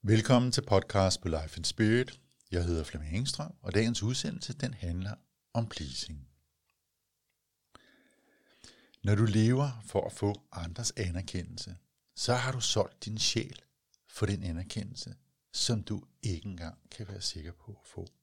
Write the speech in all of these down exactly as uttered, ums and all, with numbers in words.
Velkommen til podcast på Life in Spirit. Jeg hedder Flemming Engstrøm, og dagens udsendelse den handler om pleasing. Når du lever for at få andres anerkendelse, så har du solgt din sjæl for den anerkendelse, som du ikke engang kan være sikker på at få.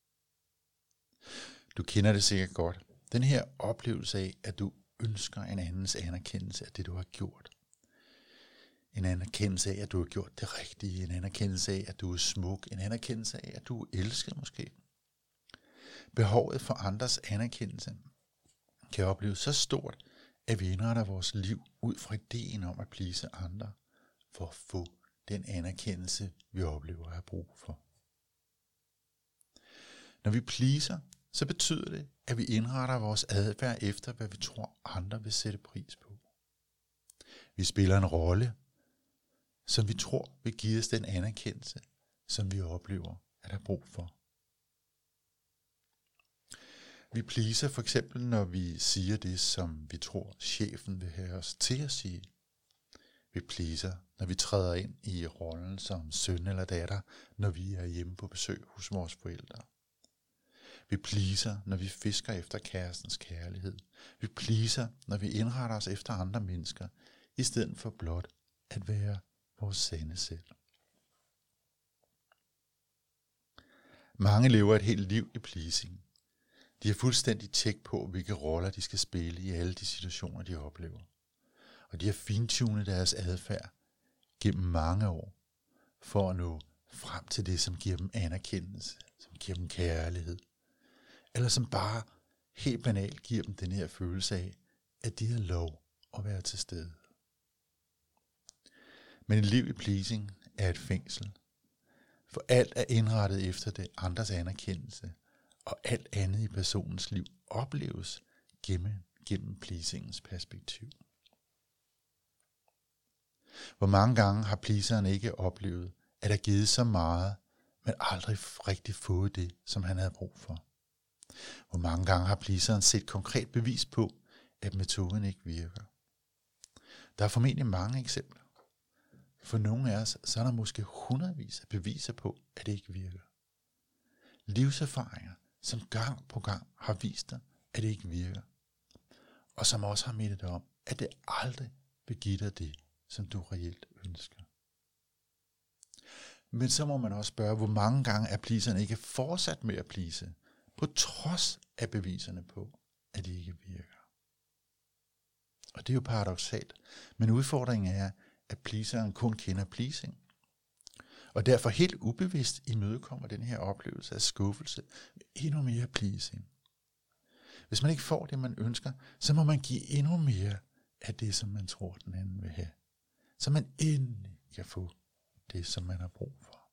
Du kender det sikkert godt. Den her oplevelse af, at du ønsker en andens anerkendelse af det, du har gjort. En anerkendelse af, at du har gjort det rigtige. En anerkendelse af, at du er smuk. En anerkendelse af, at du er elsket måske. Behovet for andres anerkendelse kan opleves så stort, at vi indretter vores liv ud fra ideen om at please andre, for at få den anerkendelse, vi oplever at have brug for. Når vi pleaser, så betyder det, at vi indretter vores adfærd efter, hvad vi tror andre vil sætte pris på. Vi spiller en rolle, som vi tror vil give os den anerkendelse, som vi oplever at have brug for. Vi pleaser for eksempel, når vi siger det, som vi tror, chefen vil have os til at sige. Vi pleaser, når vi træder ind i rollen som søn eller datter, når vi er hjemme på besøg hos vores forældre. Vi pleaser, når vi fisker efter kærestens kærlighed. Vi pleaser, når vi indretter os efter andre mennesker, i stedet for blot at være vores sande selv. Mange lever et helt liv i pleasing. De har fuldstændig tjek på, hvilke roller de skal spille i alle de situationer, de oplever. Og de har fintunet deres adfærd gennem mange år, for at nå frem til det, som giver dem anerkendelse, som giver dem kærlighed, eller som bare helt banalt giver dem den her følelse af, at de har lov at være til stede. Men et liv i pleasing er et fængsel, for alt er indrettet efter det andres anerkendelse, og alt andet i personens liv opleves gennem, gennem pleasingens perspektiv. Hvor mange gange har pleaseren ikke oplevet, at der givet så meget, men aldrig rigtig fået det, som han havde brug for? Hvor mange gange har pleaseren set konkret bevis på, at metoden ikke virker? Der er formentlig mange eksempler. For nogle af os, så er der måske hundredvis af beviser på, at det ikke virker. Livserfaringer, som gang på gang har vist dig, at det ikke virker. Og som også har mindet dig om, at det aldrig vil give dig det, som du reelt ønsker. Men så må man også spørge, hvor mange gange er pleaseren ikke fortsat med at please, på trods af beviserne på, at det ikke virker. Og det er jo paradoksalt, men udfordringen er, at pleaseren kun kender pleasing, og derfor helt ubevidst imødekommer den her oplevelse af skuffelse med endnu mere pleasing. Hvis man ikke får det, man ønsker, så må man give endnu mere af det, som man tror, den anden vil have, så man endelig kan få det, som man har brug for.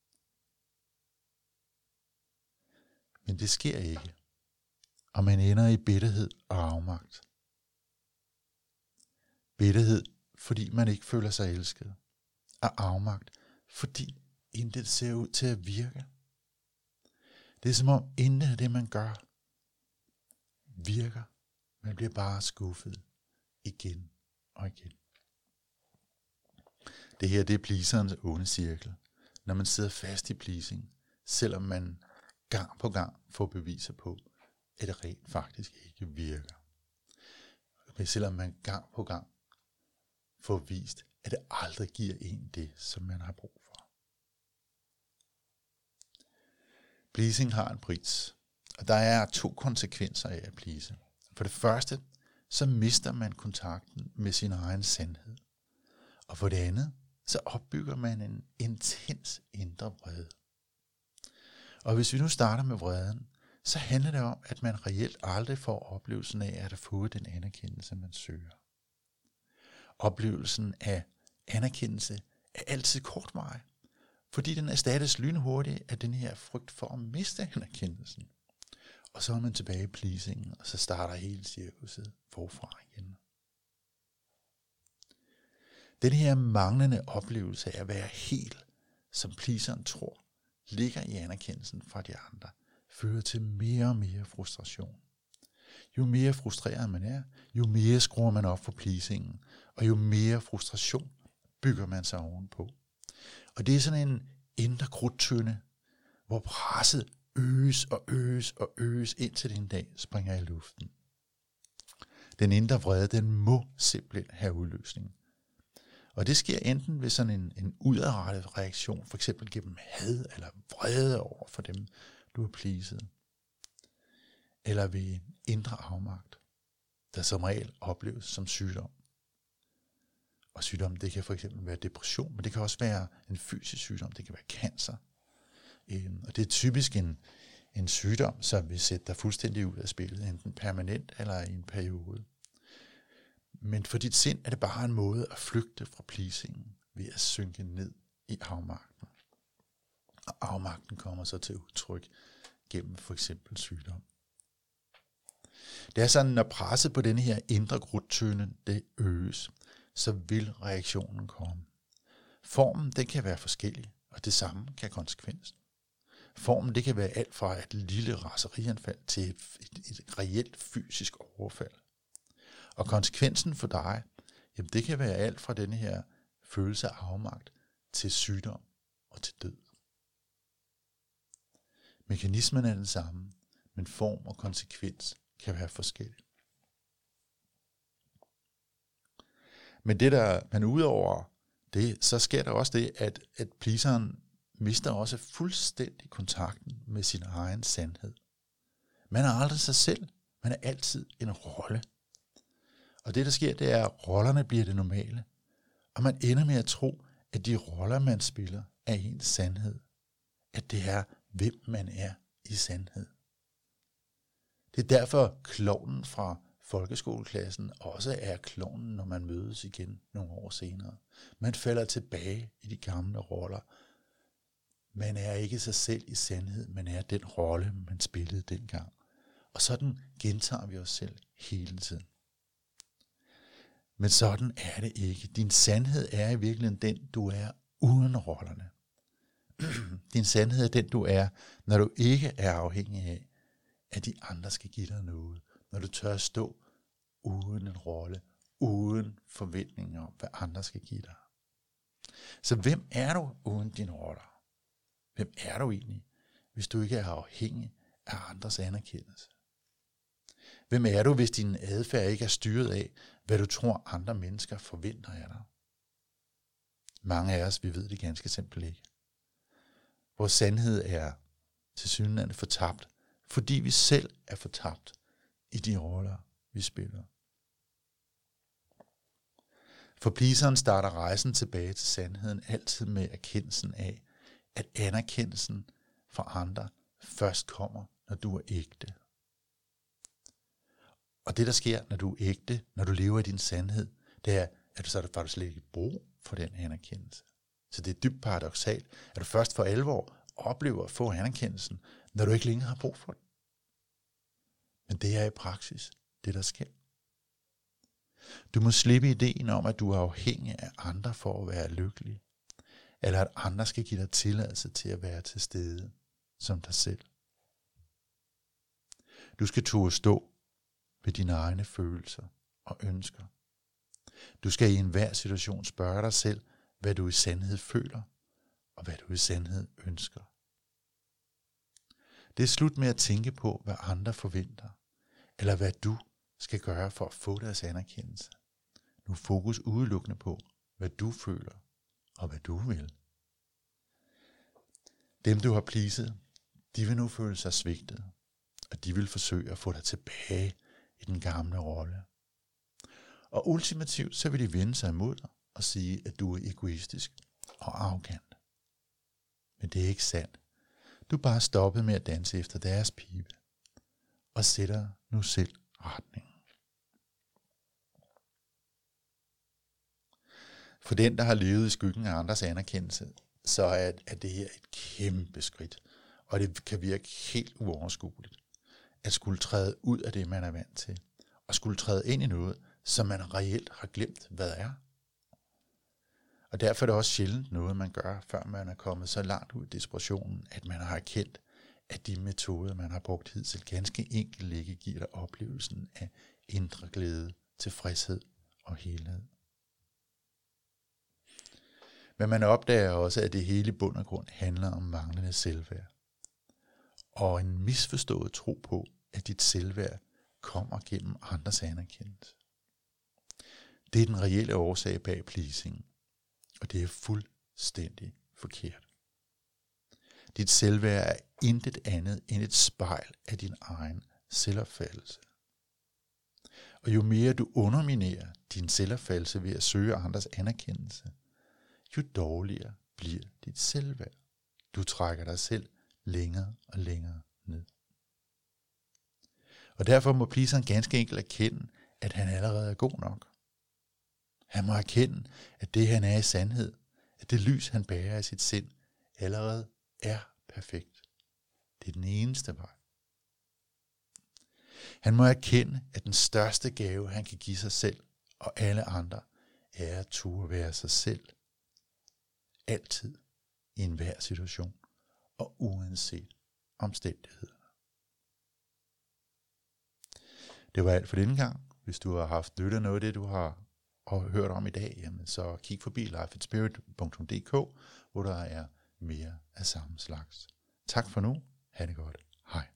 Men det sker ikke, og man ender i bitterhed og afmagt. Bitterhed, fordi man ikke føler sig elsket, og afmagt, fordi intet ser ud til at virke. Det er som om intet af det, man gør, virker. Man bliver bare skuffet igen og igen. Det her, det er pleaserens onde cirkel, når man sidder fast i pleasing, selvom man gang på gang får beviser på, at det rent faktisk ikke virker. Men selvom man gang på gang får vist, at det aldrig giver en det, som man har brug for. Pleasing har en pris, og der er to konsekvenser af at please. For det første, så mister man kontakten med sin egen sandhed. Og for det andet, så opbygger man en intens indre vrede. Og hvis vi nu starter med vreden, så handler det om, at man reelt aldrig får oplevelsen af at have fået den anerkendelse, man søger. Oplevelsen af anerkendelse er altid kortvarig, fordi den erstattes lynhurtigt af den her frygt for at miste anerkendelsen. Og så er man tilbage i pleasingen, og så starter hele cirkuset forfra igen. Den her manglende oplevelse af at være helt, som pleaseren tror, ligger i anerkendelsen fra de andre, fører til mere og mere frustration. Jo mere frustreret man er, jo mere skruer man op for pleasingen, og jo mere frustration bygger man sig ovenpå. Og det er sådan en indre krudttønde, hvor presset øges og øges og øges, indtil det en dag springer i luften. Den indre vrede, den må simpelthen have udløsning. Og det sker enten ved sådan en, en udadrettet reaktion, for eksempel gennem had eller vrede over for dem, du har pleaset, eller ved en indre afmagt, der som regel opleves som sygdom. Og sygdom, det kan for eksempel være depression, men det kan også være en fysisk sygdom, det kan være cancer. Og det er typisk en, en sygdom, som vil sætte dig fuldstændig ud af spillet, enten permanent eller i en periode. Men for dit sind er det bare en måde at flygte fra pleasingen ved at synke ned i afmagten. Og afmagten kommer så til udtryk gennem for eksempel sygdom. Det er sådan, når presset på denne her indre krudttønde, det øges, så vil reaktionen komme. Formen, den kan være forskellig, og det samme kan konsekvensen. Formen, det kan være alt fra et lille raserianfald til et, et, et reelt fysisk overfald. Og konsekvensen for dig, jamen det kan være alt fra denne her følelse af afmagt til sygdom og til død. Mekanismen er den samme, men form og konsekvens kan være forskellige. Men det der, man udover det, så sker der også det, at, at pleaseren mister også fuldstændig kontakten med sin egen sandhed. Man er aldrig sig selv, man er altid en rolle. Og det der sker, det er, at rollerne bliver det normale, og man ender med at tro, at de roller, man spiller, er ens sandhed. At det er, hvem man er i sandhed. Det er derfor, klovnen fra folkeskoleklassen også er klovnen, når man mødes igen nogle år senere. Man falder tilbage i de gamle roller. Man er ikke sig selv i sandhed, man er den rolle, man spillede dengang. Og sådan gentager vi os selv hele tiden. Men sådan er det ikke. Din sandhed er i virkeligheden den, du er uden rollerne. Din sandhed er den, du er, når du ikke er afhængig af, at de andre skal give dig noget. Når du tør at stå uden en rolle, uden forventninger om, hvad andre skal give dig. Så hvem er du uden dine roller? Hvem er du egentlig, hvis du ikke er afhængig af andres anerkendelse? Hvem er du, hvis din adfærd ikke er styret af, hvad du tror andre mennesker forventer af dig? Mange af os, vi ved det ganske simpelt ikke. Vores sandhed er tilsyneladende fortabt, fordi vi selv er fortabt i de roller, vi spiller. For pleaseren starter rejsen tilbage til sandheden altid med erkendelsen af, at anerkendelsen fra andre først kommer, når du er ægte. Og det, der sker, når du er ægte, når du lever i din sandhed, det er, at du så får du slet ikke brug for den anerkendelse. Så det er dybt paradoksalt, at du først for alvor oplever at få anerkendelsen, når du ikke længere har brug for den. Men det er i praksis det, der sker. Du må slippe ideen om, at du er afhængig af andre for at være lykkelig, eller at andre skal give dig tilladelse til at være til stede som dig selv. Du skal turde stå ved dine egne følelser og ønsker. Du skal i enhver situation spørge dig selv, hvad du i sandhed føler, og hvad du i sandhed ønsker. Det er slut med at tænke på, hvad andre forventer, eller hvad du skal gøre for at få deres anerkendelse. Nu fokus udelukkende på, hvad du føler, og hvad du vil. Dem, du har pleaset, de vil nu føle sig svigtet, og de vil forsøge at få dig tilbage i den gamle rolle. Og ultimativt, så vil de vende sig imod dig og sige, at du er egoistisk og arrogant. Men det er ikke sandt. Du er bare stoppet med at danse efter deres pibe, og sætter nu selv retningen. For den, der har levet i skyggen af andres anerkendelse, så er, er det her et kæmpe skridt, og det kan virke helt uoverskueligt, at skulle træde ud af det, man er vant til, og skulle træde ind i noget, som man reelt har glemt, hvad er. Og derfor er det også sjældent noget, man gør, før man er kommet så langt ud i desperationen, at man har erkendt, at de metoder, man har brugt hidtil, ganske enkelt ikke giver dig oplevelsen af indre glæde, tilfredshed og helhed. Men man opdager også, at det hele i bund og grund handler om manglende selvværd. Og en misforstået tro på, at dit selvværd kommer gennem andres anerkendelse. Det er den reelle årsag bag pleasing, og det er fuldstændig forkert. Dit selvværd er intet andet end et spejl af din egen selvopfattelse. Og jo mere du underminerer din selvopfattelse ved at søge andres anerkendelse, jo dårligere bliver dit selvværd. Du trækker dig selv længere og længere ned. Og derfor må pleaseren ganske enkelt erkende, at han allerede er god nok. Han må erkende, at det han er i sandhed, at det lys han bærer af sit sind, allerede er perfekt. Det er den eneste vej. Han må erkende, at den største gave, han kan give sig selv og alle andre, er at turde være sig selv. Altid, i enhver situation og uanset omstændighederne. Det var alt for denne gang. Hvis du har haft nytte af noget af det, du har hørt om i dag, jamen så kig forbi life at spirit punktum d k, hvor der er mere af samme slags. Tak for nu. Ha' det godt. Hej.